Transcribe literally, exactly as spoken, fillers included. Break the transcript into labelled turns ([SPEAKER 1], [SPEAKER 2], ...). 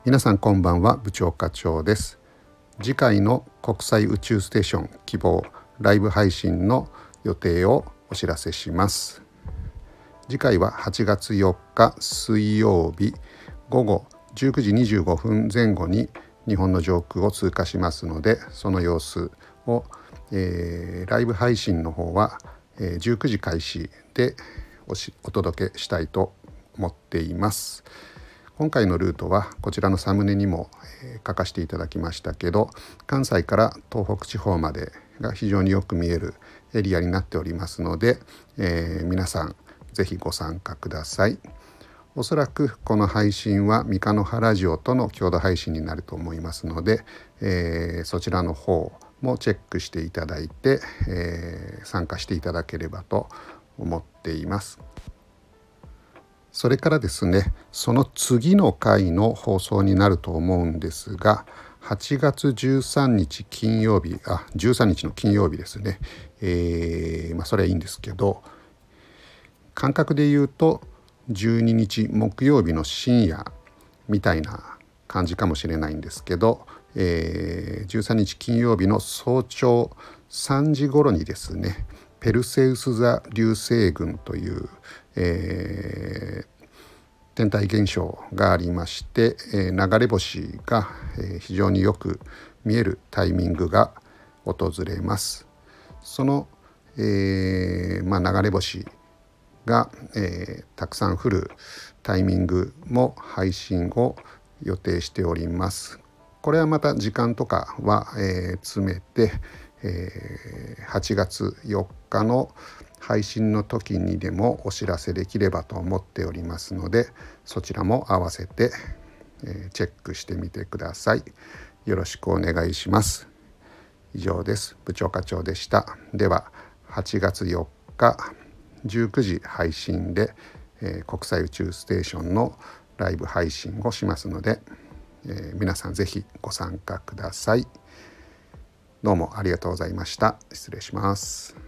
[SPEAKER 1] 皆さんこんばんは、部長課長です。次回の国際宇宙ステーション希望ライブ配信の予定をお知らせします。次回ははちがつよっか水曜日午後じゅうくじにじゅうごふん前後に日本の上空を通過しますので、その様子を、えー、ライブ配信の方は、えー、じゅうくじ開始で お, しお届けしたいと思っています。今回のルートはこちらのサムネにも、えー、書かせていただきましたけど、関西から東北地方までが非常によく見えるエリアになっておりますので、えー、皆さんぜひご参加ください。おそらくこの配信は三日の葉ラジオとの共同配信になると思いますので、えー、そちらの方もチェックしていただいて、えー、参加していただければと思っています。それからですね、その次の回の放送になると思うんですが、はちがつじゅうさんにち金曜日、あ、じゅうさんにちの金曜日ですね。えー、まあそれはいいんですけど、感覚で言うとじゅうににち木曜日の深夜みたいな感じかもしれないんですけど、えー、じゅうさんにち金曜日の早朝さんじ頃にですね、ペルセウス座流星群という、えー、天体現象がありまして、えー、流れ星が、えー、非常によく見えるタイミングが訪れます。その、えーまあ、流れ星が、えー、たくさん降るタイミングも配信を予定しております。これはまた時間とかは、えー、詰めて、えー、はちがつよっかの配信の時にでもお知らせできればと思っておりますので、そちらも合わせて、えー、チェックしてみてください。よろしくお願いします。以上です。部長課長でした。でははちがつよっかじゅうくじ配信で、えー、国際宇宙ステーションのライブ配信をしますので、えー、皆さんぜひご参加ください。どうもありがとうございました。失礼します。